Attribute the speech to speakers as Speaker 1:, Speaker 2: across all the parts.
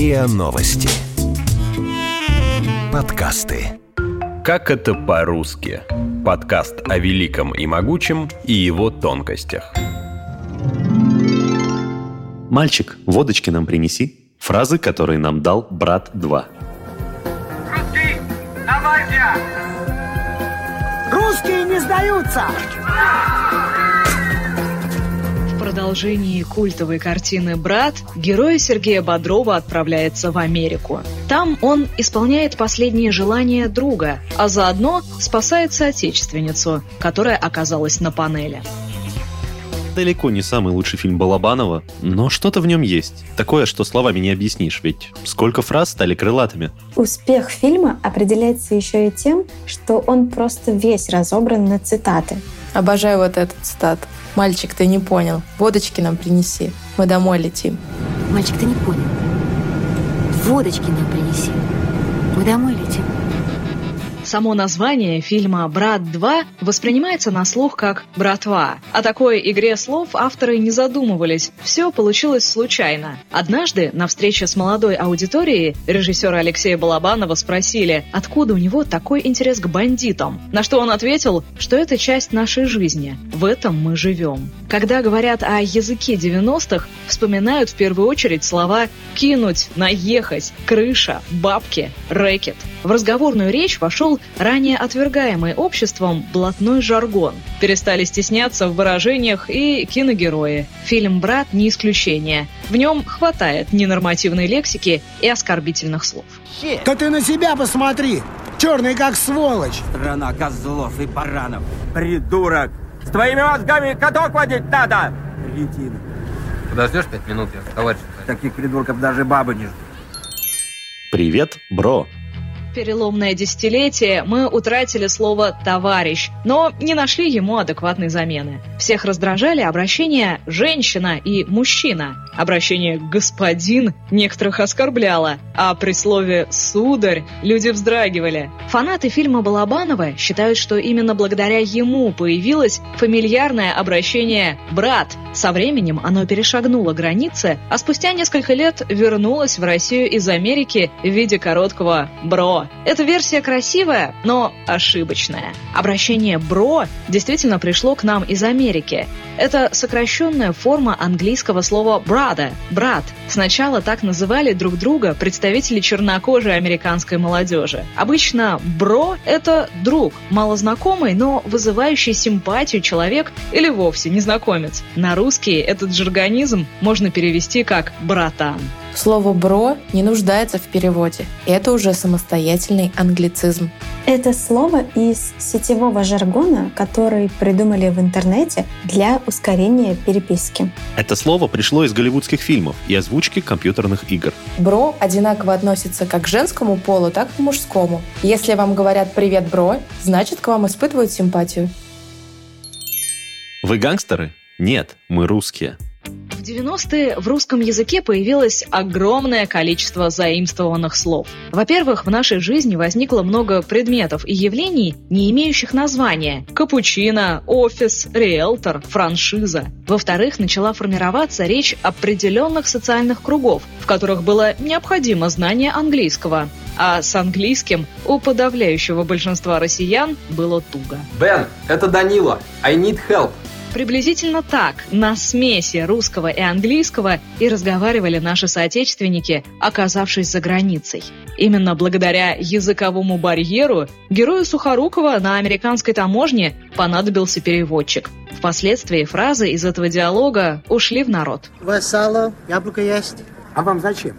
Speaker 1: РИА Новости. Подкасты.
Speaker 2: Как это по-русски? Подкаст о великом и могучем и его тонкостях.
Speaker 3: «Мальчик, водочки нам принеси». Фразы, которые нам дал «Брат 2».
Speaker 4: Русские, давайте!
Speaker 5: Русские не сдаются!
Speaker 6: В продолжении культовой картины «Брат» герой Сергея Бодрова отправляется в Америку. Там он исполняет последние желания друга, а заодно спасает соотечественницу, которая оказалась на панели.
Speaker 3: Далеко не самый лучший фильм Балабанова, но что-то в нем есть. Такое, что словами не объяснишь, ведь сколько фраз стали крылатыми.
Speaker 7: Успех фильма определяется еще и тем, что он просто весь разобран на цитаты.
Speaker 8: Обожаю вот эту цитату. «Мальчик, ты не понял. Водочки нам принеси. Мы домой летим».
Speaker 9: «Мальчик, ты не понял. Водочки нам принеси. Мы домой летим».
Speaker 6: Само название фильма «Брат 2» воспринимается на слух как «братва». О такой игре слов авторы не задумывались. Все получилось случайно. Однажды на встрече с молодой аудиторией режиссера Алексея Балабанова спросили, откуда у него такой интерес к бандитам. На что он ответил, что это часть нашей жизни. В этом мы живем. Когда говорят о языке 90-х, вспоминают в первую очередь слова «кинуть», «наехать», «крыша», «бабки», «рэкет». В разговорную речь вошел ранее отвергаемый обществом блатной жаргон. Перестали стесняться в выражениях и киногерои. Фильм «Брат» не исключение. В нем хватает ненормативной лексики и оскорбительных слов.
Speaker 5: Да ты на себя посмотри! Черный как сволочь!
Speaker 4: Страна козлов и баранов. Придурок! С твоими мозгами каток водить надо! Кретин.
Speaker 10: Подождешь 5 минут, я товарищ.
Speaker 4: Таких придурков даже бабы не ждут.
Speaker 3: Привет, бро.
Speaker 6: Переломное десятилетие мы утратили слово «товарищ», но не нашли ему адекватной замены. Всех раздражали обращения «женщина» и «мужчина». Обращение «господин» некоторых оскорбляло, а при слове «сударь» люди вздрагивали. Фанаты фильма Балабанова считают, что именно благодаря ему появилось фамильярное обращение «брат». Со временем оно перешагнуло границы, а спустя несколько лет вернулось в Россию из Америки в виде короткого «бро». Эта версия красивая, но ошибочная. Обращение «бро» действительно пришло к нам из Америки. Это сокращенная форма английского слова «brother» – «брат». Сначала так называли друг друга представители чернокожей американской молодежи. Обычно «бро» – это друг, малознакомый, но вызывающий симпатию человек или вовсе незнакомец. На русский этот жаргонизм можно перевести как «братан».
Speaker 8: Слово «бро» не нуждается в переводе. Это уже самостоятельный англицизм.
Speaker 7: Это слово из сетевого жаргона, который придумали в интернете для ускорения переписки.
Speaker 3: Это слово пришло из голливудских фильмов и озвучки компьютерных игр.
Speaker 8: «Бро» одинаково относится как к женскому полу, так и к мужскому. Если вам говорят «привет, бро», значит, к вам испытывают симпатию.
Speaker 3: Вы гангстеры? Нет, мы русские.
Speaker 6: В 90-е в русском языке появилось огромное количество заимствованных слов. Во-первых, в нашей жизни возникло много предметов и явлений, не имеющих названия. Капучино, офис, риэлтор, франшиза. Во-вторых, начала формироваться речь определенных социальных кругов, в которых было необходимо знание английского. А с английским у подавляющего большинства россиян было туго.
Speaker 10: Бен, это Данила. I need help.
Speaker 6: Приблизительно так, на смеси русского и английского и разговаривали наши соотечественники, оказавшись за границей. Именно благодаря языковому барьеру герою Сухорукова на американской таможне понадобился переводчик. Впоследствии фразы из этого диалога ушли в народ.
Speaker 5: У вас сало, яблоко есть. А вам зачем?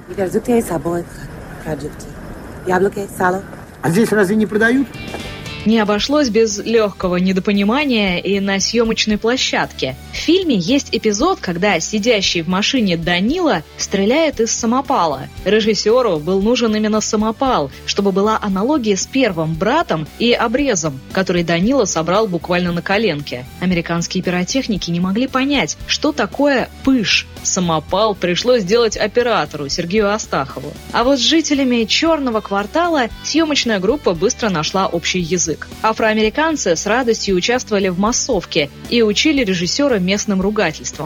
Speaker 9: Яблоко, сало.
Speaker 5: А здесь разве не продают?
Speaker 6: Не обошлось без легкого недопонимания и на съемочной площадке. В фильме есть эпизод, когда сидящий в машине Данила стреляет из самопала. Режиссеру был нужен именно самопал, чтобы была аналогия с первым братом и обрезом, который Данила собрал буквально на коленке. Американские пиротехники не могли понять, что такое пыш. Самопал пришлось делать оператору Сергею Астахову. А вот с жителями Черного квартала съемочная группа быстро нашла общий язык. Афроамериканцы с радостью участвовали в массовке и учили режиссера местным ругательствам.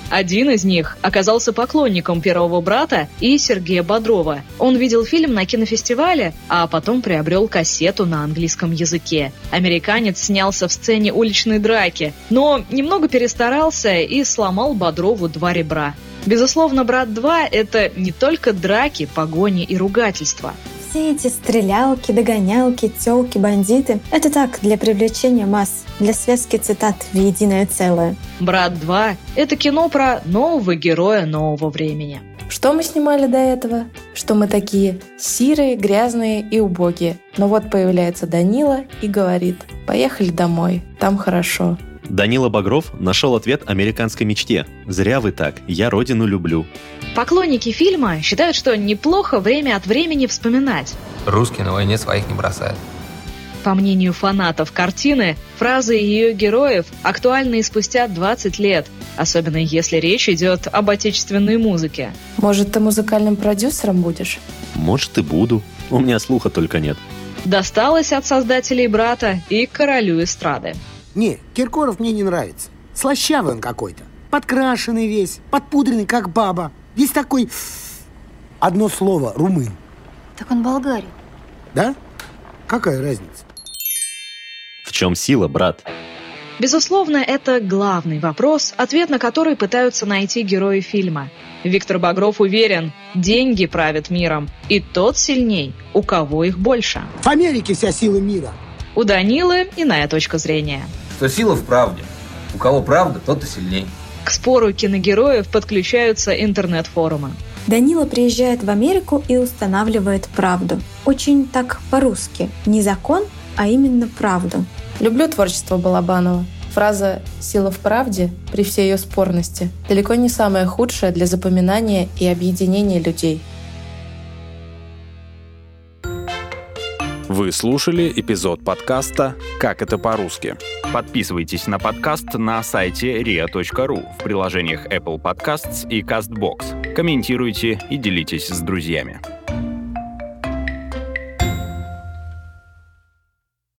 Speaker 6: Один из них оказался поклонником «Первого брата» и Сергея Бодрова. Он видел фильм на кинофестивале, а потом приобрел кассету на английском языке. Американец снялся в сцене уличной драки, но немного перестарался и сломал Бодрову 2 ребра. Безусловно, «Брат 2» — это не только драки, погони и ругательства.
Speaker 7: Все эти стрелялки, догонялки, тёлки, бандиты — это так, для привлечения масс, для связки цитат в единое целое.
Speaker 6: «Брат 2» — это кино про нового героя нового времени.
Speaker 8: Что мы снимали до этого? Что мы такие сирые, грязные и убогие. Но вот появляется Данила и говорит: «Поехали домой, там хорошо».
Speaker 3: Данила Багров нашел ответ американской мечте. «Зря вы так, я родину люблю».
Speaker 6: Поклонники фильма считают, что неплохо время от времени вспоминать.
Speaker 10: Русские на войне своих не бросают.
Speaker 6: По мнению фанатов картины, фразы ее героев актуальны и спустя 20 лет, особенно если речь идет об отечественной музыке.
Speaker 8: Может, ты музыкальным продюсером будешь?
Speaker 3: Может, и буду. У меня слуха только нет.
Speaker 6: Досталось от создателей «Брата» и королю эстрады.
Speaker 5: Не, Киркоров мне не нравится. Слащавый он какой-то. Подкрашенный весь, подпудренный, как баба. Весь такой... Одно слово — румын.
Speaker 9: Так он болгарин.
Speaker 5: Да? Какая разница?
Speaker 3: В чем сила, брат?
Speaker 6: Безусловно, это главный вопрос, ответ на который пытаются найти герои фильма. Виктор Багров уверен, деньги правят миром, и тот сильней, у кого их больше.
Speaker 5: В Америке вся сила мира.
Speaker 6: У Данилы иная точка зрения.
Speaker 10: Что сила в правде. У кого правда, тот и сильней.
Speaker 6: К спору киногероев подключаются интернет-форумы.
Speaker 7: Данила приезжает в Америку и устанавливает правду. Очень так по-русски. Не закон, а именно правду.
Speaker 8: Люблю творчество Балабанова. Фраза «сила в правде» при всей ее спорности далеко не самая худшая для запоминания и объединения людей.
Speaker 1: Вы слушали эпизод подкаста «Как это по-русски».
Speaker 2: Подписывайтесь на подкаст на сайте ria.ru, в приложениях Apple Podcasts и CastBox. Комментируйте и делитесь с друзьями.